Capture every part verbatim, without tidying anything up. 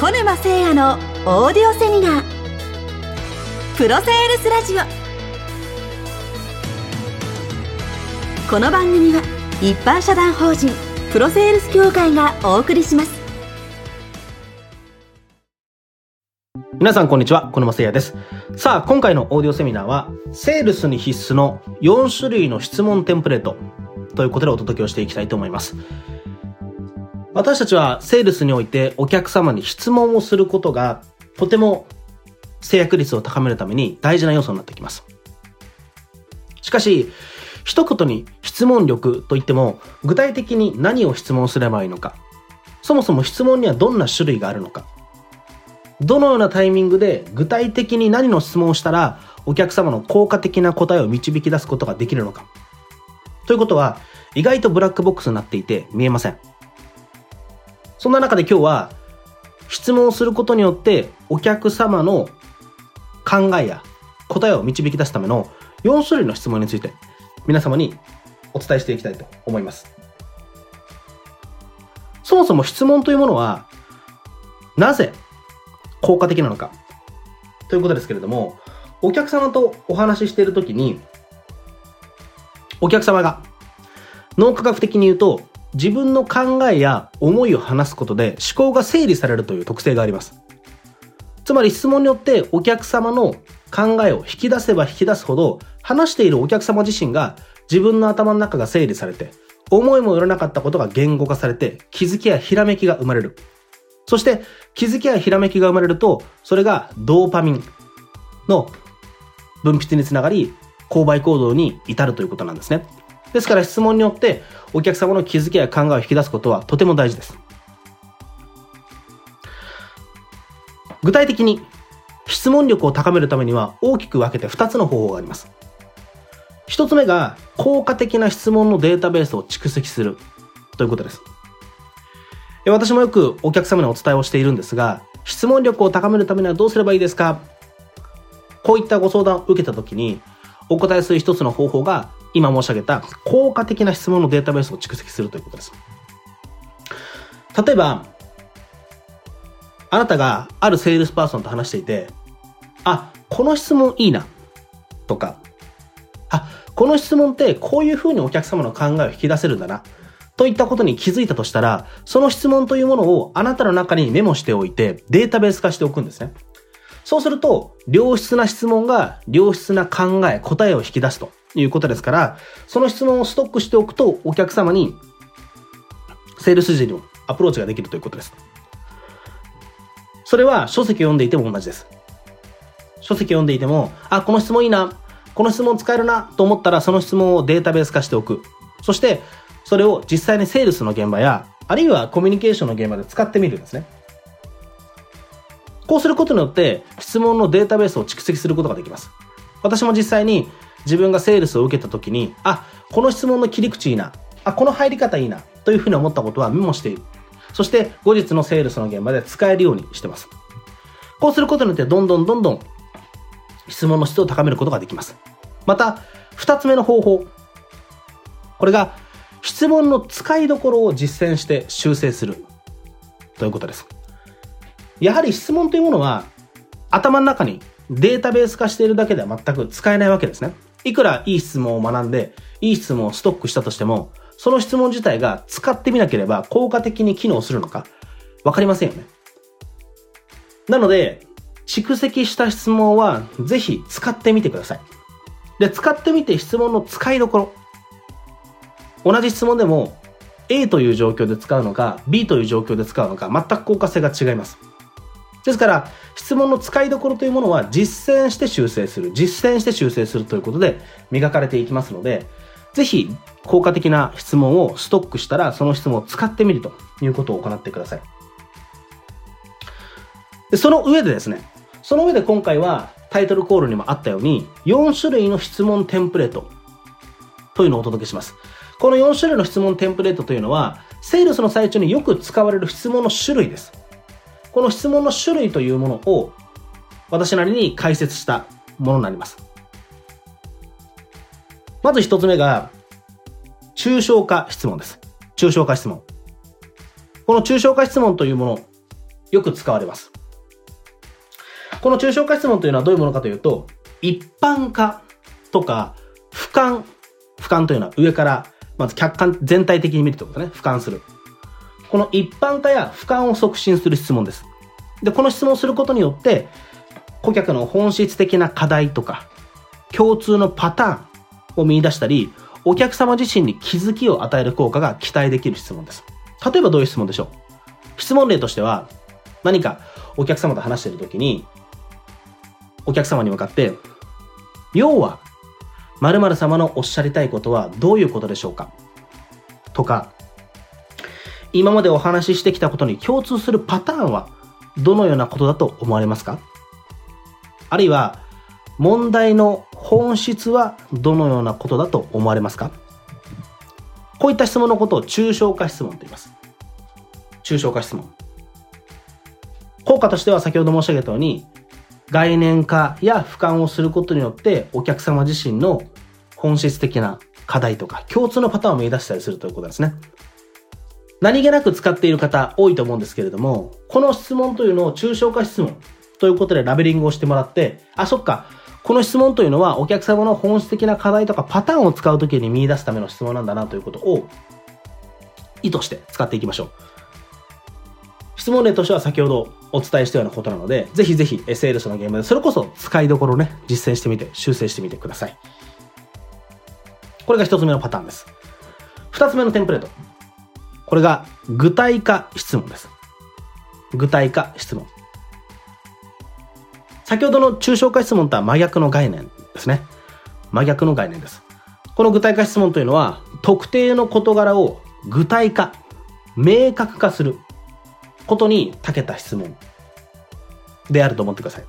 小沼誠也のオーディオセミナープロセールスラジオ。この番組は一般社団法人プロセールス協会がお送りします。 皆さんこんにちは、小沼誠也です。さあ、今回のオーディオセミナーはセールスに必須のよん種類の質問テンプレートということでお届けをしていきたいと思います。私たちはセールスにおいてお客様に質問をすることがとても制約率を高めるために大事な要素になってきます。しかし一言に質問力といっても具体的に何を質問すればいいのか、そもそも質問にはどんな種類があるのか、どのようなタイミングで具体的に何の質問をしたらお客様の効果的な答えを導き出すことができるのかということは意外とブラックボックスになっていて見えません。そんな中で今日は質問をすることによってお客様の考えや答えを導き出すためのよん種類の質問について皆様にお伝えしていきたいと思います。そもそも質問というものはなぜ効果的なのかということですけれども、お客様とお話ししているときにお客様が脳科学的に言うと自分の考えや思いを話すことで思考が整理されるという特性があります。つまり質問によってお客様の考えを引き出せば引き出すほど話しているお客様自身が自分の頭の中が整理されて思いもよらなかったことが言語化されて気づきやひらめきが生まれる。そして気づきやひらめきが生まれるとそれがドーパミンの分泌につながり購買行動に至るということなんですね。ですから質問によってお客様の気づきや考えを引き出すことはとても大事です。具体的に質問力を高めるためには大きく分けてふたつの方法があります。ひとつめが効果的な質問のデータベースを蓄積するということです。私もよくお客様にお伝えをしているんですが、質問力を高めるためにはどうすればいいですか？こういったご相談を受けたときにお答えする一つの方法が今申し上げた効果的な質問のデータベースを蓄積するということです。例えばあなたがあるセールスパーソンと話していて、あ、この質問いいなとか、あ、この質問ってこういうふうにお客様の考えを引き出せるんだなといったことに気づいたとしたら、その質問というものをあなたの中にメモしておいてデータベース化しておくんですね。そうすると良質な質問が良質な考え、答えを引き出すということですから、その質問をストックしておくとお客様にセールス時にアプローチができるということです。それは書籍を読んでいても同じです。書籍を読んでいても、あ、この質問いいな、この質問使えるなと思ったらその質問をデータベース化しておく。そしてそれを実際にセールスの現場やあるいはコミュニケーションの現場で使ってみるんですね。こうすることによって質問のデータベースを蓄積することができます。私も実際に自分がセールスを受けた時に、あ、この質問の切り口いいな、あ、この入り方いいなというふうに思ったことはメモしている。そして後日のセールスの現場で使えるようにしてます。こうすることによってどんどんどんどん質問の質を高めることができます。また二つ目の方法、これが質問の使いどころを実践して修正するということです。やはり質問というものは頭の中にデータベース化しているだけでは全く使えないわけですね。いくらいい質問を学んでいい質問をストックしたとしても、その質問自体が使ってみなければ効果的に機能するのか分かりませんよね。なので蓄積した質問はぜひ使ってみてください。で、使ってみて質問の使いどころ、同じ質問でも A という状況で使うのか B という状況で使うのか全く効果性が違います。ですから質問の使いどころというものは実践して修正する、実践して修正するということで磨かれていきますので、ぜひ効果的な質問をストックしたらその質問を使ってみるということを行ってください。で、その上でですね、その上で今回はタイトルコールにもあったようによん種類の質問テンプレートというのをお届けします。このよん種類の質問テンプレートというのはセールスの最中によく使われる質問の種類です。この質問の種類というものを私なりに解説したものになります。まず一つ目が抽象化質問です。抽象化質問。この抽象化質問というもの、 よく使われます。この抽象化質問というのはどういうものかというと、一般化とか俯瞰、俯瞰というのは上からまず客観全体的に見るということね。俯瞰する。この一般化や俯瞰を促進する質問です。で、この質問をすることによって顧客の本質的な課題とか共通のパターンを見出したり、お客様自身に気づきを与える効果が期待できる質問です。例えばどういう質問でしょう？質問例としては、何かお客様と話しているときに、お客様に向かって、要は、〇〇様のおっしゃりたいことはどういうことでしょうか？とか、今までお話ししてきたことに共通するパターンはどのようなことだと思われますか？あるいは、問題の本質はどのようなことだと思われますか？こういった質問のことを抽象化質問と言います。抽象化質問。効果としては先ほど申し上げたように、概念化や俯瞰をすることによってお客様自身の本質的な課題とか共通のパターンを見出したりするということですね。何気なく使っている方多いと思うんですけれども、この質問というのを抽象化質問ということでラベリングをしてもらって、あ、そっか、この質問というのはお客様の本質的な課題とかパターンを使うときに見出すための質問なんだなということを意図して使っていきましょう。質問例としては先ほどお伝えしたようなことなので、ぜひぜひ セールスの現場でそれこそ使いどころをね、実践してみて修正してみてください。これが一つ目のパターンです。二つ目のテンプレート。これが具体化質問です。具体化質問。先ほどの抽象化質問とは真逆の概念ですね。真逆の概念です。この具体化質問というのは、特定の事柄を具体化、明確化することに長けた質問であると思ってください。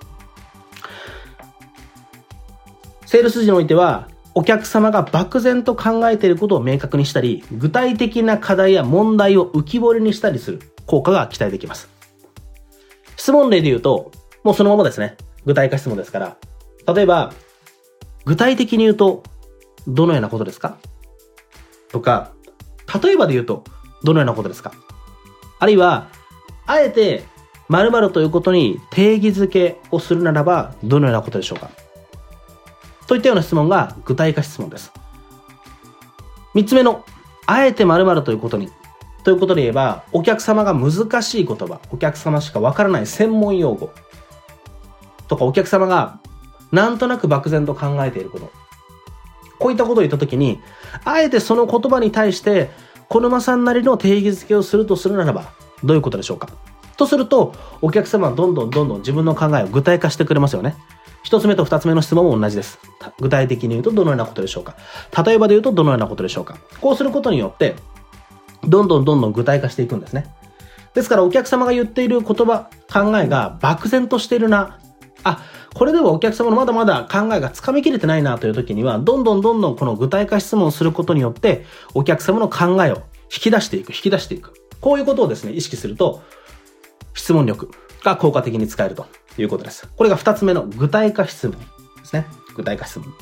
セールス時においては、お客様が漠然と考えていることを明確にしたり、具体的な課題や問題を浮き彫りにしたりする効果が期待できます。質問例で言うと、もうそのままですね。具体化質問ですから。例えば、具体的に言うと、どのようなことですか？とか、例えばで言うと、どのようなことですか？あるいは、あえて、〇〇ということに定義づけをするならば、どのようなことでしょうか？といったような質問が具体化質問です。三つ目の、あえて〇〇ということに。ということで言えば、お客様が難しい言葉、お客様しかわからない専門用語、とかお客様がなんとなく漠然と考えていること。こういったことを言ったときに、あえてその言葉に対して、小沼さんなりの定義づけをするとするならば、どういうことでしょうか？とすると、お客様はどんどんどんどん自分の考えを具体化してくれますよね。一つ目と二つ目の質問も同じです。具体的に言うとどのようなことでしょうか？例えばで言うとどのようなことでしょうか？こうすることによって、どんどんどんどん具体化していくんですね。ですからお客様が言っている言葉、考えが漠然としているな。あ、これではお客様のまだまだ考えがつかみきれてないなという時には、どんどんどんどんこの具体化質問をすることによって、お客様の考えを引き出していく、引き出していく。こういうことをですね、意識すると、質問力が効果的に使えるということです。これが二つ目の具体化質問ですね。具体化質問。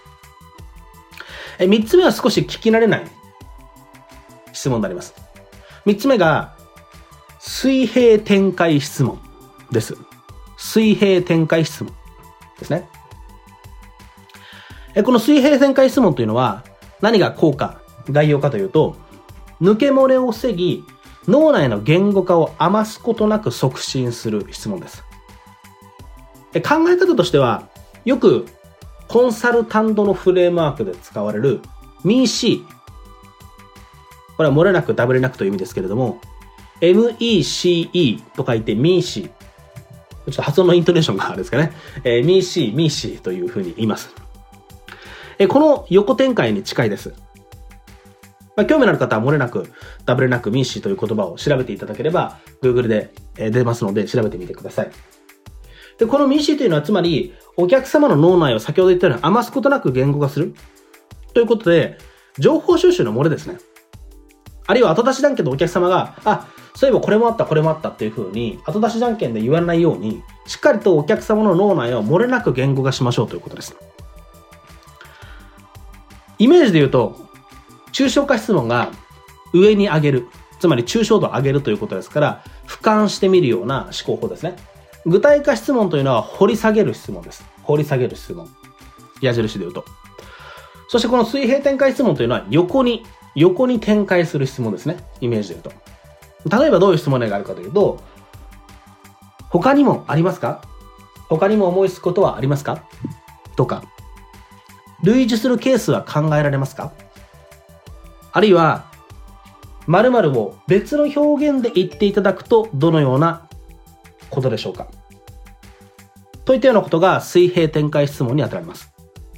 え、三つ目は少し聞き慣れない質問になります。三つ目が、水平展開質問です。水平展開質問ですね。この水平展開質問というのは何が効果、概要かというと、抜け漏れを防ぎ、脳内の言語化を余すことなく促進する質問です。考え方としては、よくコンサルタントのフレームワークで使われる ミーシー。これは漏れなくダブれなくという意味ですけれども、エムイーシーイー と書いて ミーシー。ちょっと発音のイントネーションがあるんですかね。えー、ミーシー、ミーシーというふうに言います。えー、この横展開に近いです。まあ、興味のある方は漏れなく、ダブれなくミーシーという言葉を調べていただければ、Google で出ますので調べてみてください。で、このミーシーというのはつまり、お客様の脳内を先ほど言ったように余すことなく言語化する。ということで、情報収集の漏れですね。あるいは後出しじゃんけんでお客様が、あ、そういえばこれもあった、これもあったっていう風に、後出しじゃんけんで言わないように、しっかりとお客様の脳内を漏れなく言語化しましょうということです。イメージで言うと、抽象化質問が上に上げる。つまり抽象度を上げるということですから、俯俯瞰してみるような思考法ですね。具体化質問というのは掘り下げる質問です。掘り下げる質問。矢印で言うと。そしてこの水平展開質問というのは横に、横に展開する質問ですね。イメージで言うと。例えばどういう質問があるかというと、他にもありますか？他にも思いつくことはありますか？とか、類似するケースは考えられますか？あるいは、〇〇を別の表現で言っていただくとどのようなことでしょうか？といったようなことが水平展開質問に当てられます。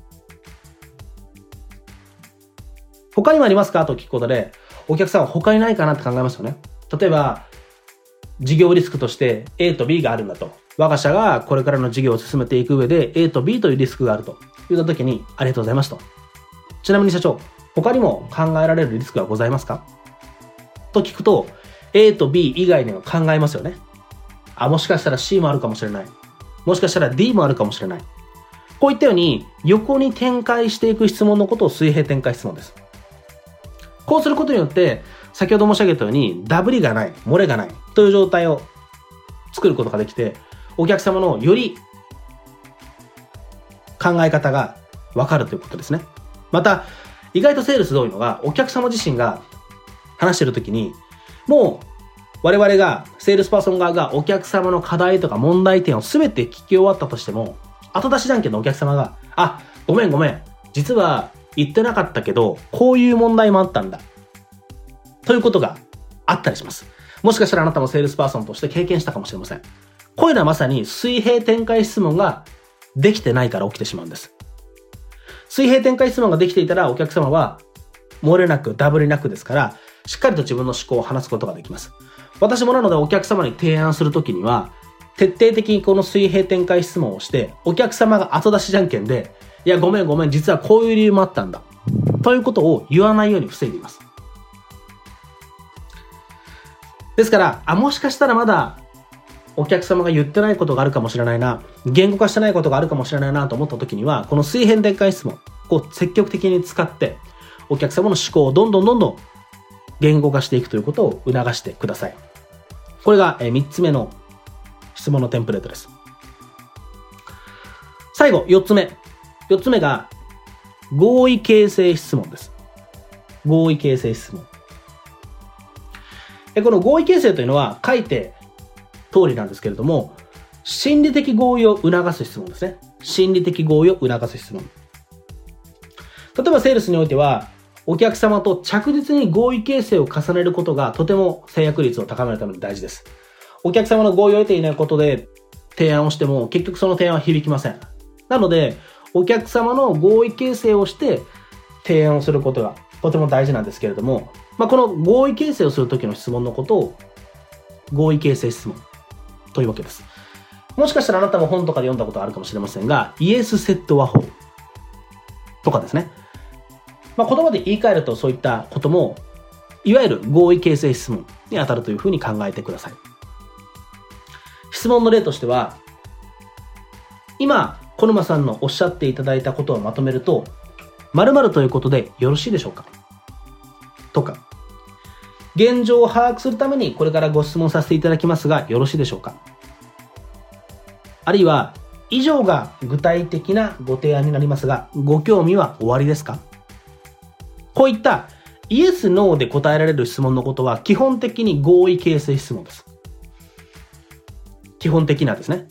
他にもありますかと聞くことで、お客さんは他にないかなって考えますよね。例えば、事業リスクとして A と B があるんだと。我が社がこれからの事業を進めていく上で A と B というリスクがあると言ったときに、ありがとうございますと。ちなみに社長、他にも考えられるリスクはございますかと聞くと、A と B 以外にも考えますよね。あ、もしかしたら C もあるかもしれない。もしかしたら D もあるかもしれない。こういったように横に展開していく質問のことを水平展開質問です。こうすることによって、先ほど申し上げたようにダブりがない、漏れがないという状態を作ることができて、お客様のより考え方がわかるということですね。また、意外とセールスで多いのが、お客様自身が話しているときに、もう我々が、セールスパーソン側がお客様の課題とか問題点をすべて聞き終わったとしても、後出しじゃんけんのお客様が、あ、ごめんごめん、実は言ってなかったけど、こういう問題もあったんだ。ということがあったりします。もしかしたらあなたもセールスパーソンとして経験したかもしれません。こういうのはまさに水平展開質問ができてないから起きてしまうんです。水平展開質問ができていたらお客様は漏れなくダブりなくですから、しっかりと自分の思考を話すことができます。私もなのでお客様に提案するときには、徹底的にこの水平展開質問をして、お客様が後出しじゃんけんで、いやごめんごめん、実はこういう理由もあったんだ。ということを言わないように防いでいます。ですから、あ、もしかしたらまだお客様が言ってないことがあるかもしれないな、言語化してないことがあるかもしれないなと思ったときには、この水平展開質問を積極的に使って、お客様の思考をどんどんどんどん言語化していくということを促してください。これがみっつめの質問のテンプレートです。最後、よっつめ。よっつめが合意形成質問です。合意形成質問。この合意形成というのは書いて通りなんですけれども、心理的合意を促す質問ですね。心理的合意を促す質問。例えばセールスにおいては、お客様と着実に合意形成を重ねることがとても制約率を高めるために大事です。お客様の合意を得ていないことで提案をしても結局その提案は響きません。なので、お客様の合意形成をして提案をすることがとても大事なんですけれども、まあ、この合意形成をするときの質問のことを合意形成質問というわけです。もしかしたらあなたも本とかで読んだことあるかもしれませんが、イエスセット和法とかですね。まあ、言葉で言い換えるとそういったことも、いわゆる合意形成質問に当たるというふうに考えてください。質問の例としては、今、小沼さんのおっしゃっていただいたことをまとめると、〇〇ということでよろしいでしょうか？とか、現状を把握するためにこれからご質問させていただきますがよろしいでしょうか？あるいは、以上が具体的なご提案になりますが、ご興味はおありですか？こういったイエス・ノーで答えられる質問のことは基本的に合意形成質問です。基本的なですね。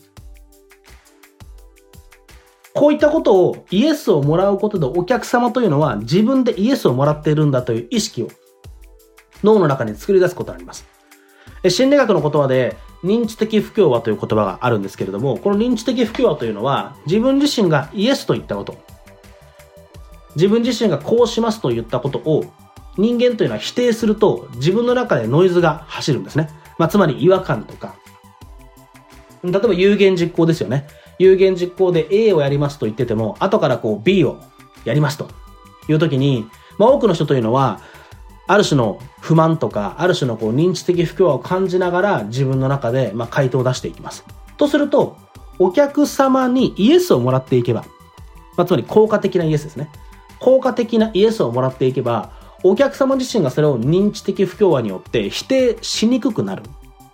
こういったことをイエスをもらうことでお客様というのは自分でイエスをもらっているんだという意識を脳の中に作り出すことがあります。心理学の言葉で認知的不協和という言葉があるんですけれども、この認知的不協和というのは自分自身がイエスと言ったこと、自分自身がこうしますと言ったことを人間というのは否定すると自分の中でノイズが走るんですね。まあ、つまり違和感とか、例えば有言実行ですよね。有言実行で A をやりますと言ってても、後からこう B をやりますというときに、まあ多くの人というのは、ある種の不満とか、ある種のこう認知的不協和を感じながら自分の中でまあ回答を出していきます。とすると、お客様にイエスをもらっていけば、まあ、つまり効果的なイエスですね。効果的なイエスをもらっていけば、お客様自身がそれを認知的不協和によって否定しにくくなる。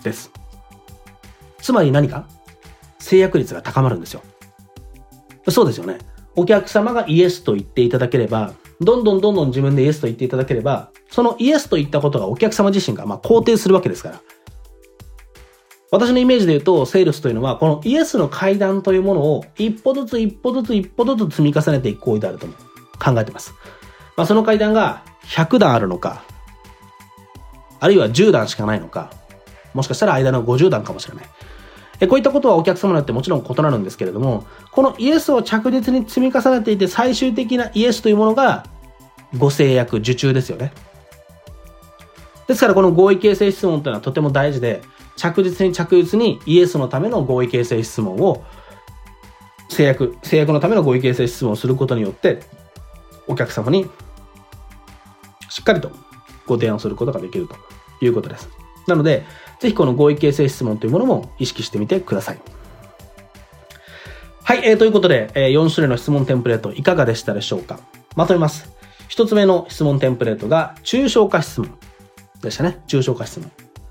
です。つまり何か制約率が高まるんですよ。そうですよね。お客様がイエスと言っていただければ、どんどんどんどん自分でイエスと言っていただければ、そのイエスと言ったことがお客様自身がまあ肯定するわけですから。私のイメージで言うと、セールスというのは、このイエスの階段というものを一歩ずつ一歩ずつ一歩ずつ積み重ねていく行為であると考えています。まあ、その階段がひゃくだんあるのか、あるいはじゅうだんしかないのか、もしかしたら間のごじゅうだんかもしれない。えこういったことはお客様によってもちろん異なるんですけれども、このイエスを着実に積み重ねていて、最終的なイエスというものがご制約、受注ですよね。ですからこの合意形成質問というのはとても大事で、着実に着実にイエスのための合意形成質問を制約、制約のための合意形成質問をすることによって、お客様にしっかりとご提案することができるということです。なので、ぜひこの合意形成質問というものも意識してみてください。はい、えー、ということで、えー、よん種類の質問テンプレートいかがでしたでしょうか。まとめます。一つ目の質問テンプレートが抽象化質問でしたね。抽象化質問。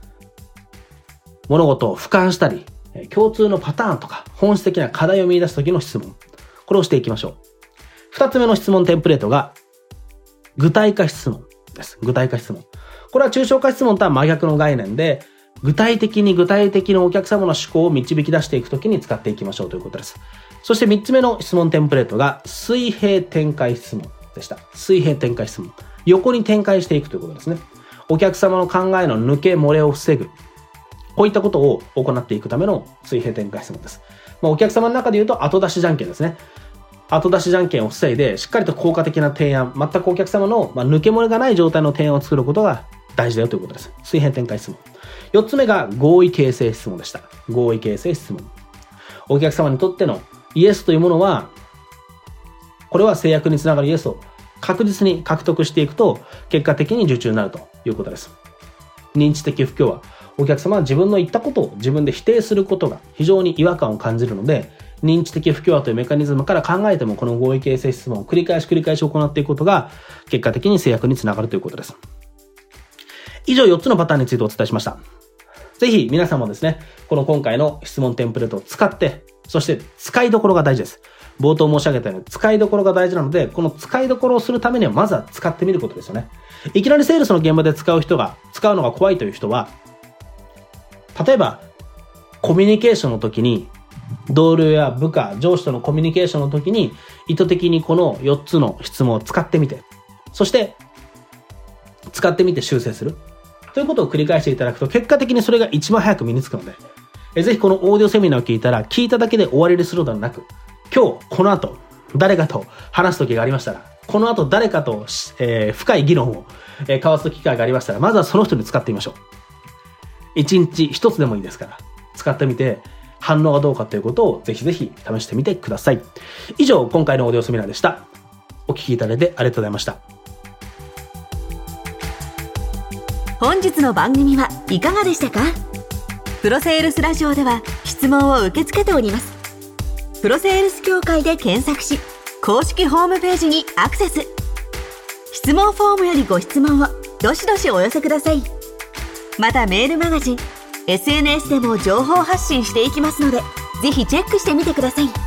物事を俯瞰したり、共通のパターンとか本質的な課題を見出すときの質問。これをしていきましょう。二つ目の質問テンプレートが具体化質問です。具体化質問。これは抽象化質問とは真逆の概念で、具体的に具体的なお客様の思考を導き出していくときに使っていきましょうということです。そして三つ目の質問テンプレートが水平展開質問でした。水平展開質問。横に展開していくということですね。お客様の考えの抜け漏れを防ぐ。こういったことを行っていくための水平展開質問です。まあ、お客様の中で言うと後出しじゃんけんですね。後出しじゃんけんを防いで、しっかりと効果的な提案、全くお客様の、まあ、抜け漏れがない状態の提案を作ることが大事だよということです。水平展開質問。四つ目が合意形成質問でした。合意形成質問。お客様にとってのイエスというものは、これは制約につながるイエスを確実に獲得していくと、結果的に受注になるということです。認知的不協和。お客様は自分の言ったことを自分で否定することが非常に違和感を感じるので、認知的不協和というメカニズムから考えても、この合意形成質問を繰り返し繰り返し行っていくことが結果的に制約につながるということです。以上よっつのパターンについてお伝えしました。ぜひ皆さんもですね、この今回の質問テンプレートを使って、そして使いどころが大事です。冒頭申し上げたように使いどころが大事なので、この使いどころをするためにはまずは使ってみることですよね。いきなりセールスの現場で使う人が、使うのが怖いという人は、例えばコミュニケーションの時に、同僚や部下、上司とのコミュニケーションの時に意図的にこのよっつの質問を使ってみて、そして使ってみて修正するということを繰り返していただくと、結果的にそれが一番早く身につくので、えぜひこのオーディオセミナーを聞いたら、聞いただけで終わりにするのではなく、今日この後誰かと話す時がありましたら、この後誰かと、えー、深い議論を、えー、交わす機会がありましたら、まずはその人に使ってみましょう。一日一つでもいいですから、使ってみて反応がどうかということをぜひぜひ試してみてください。以上、今回のオーディオセミナーでした。お聞きいただいてありがとうございました。 本日の番組はいかがでしたか？プロセールスラジオでは質問を受け付けております。プロセールス協会で検索し、公式ホームページにアクセス。質問フォームよりご質問をどしどしお寄せください。またメールマガジン、エスエヌエス でも情報発信していきますので、ぜひチェックしてみてください。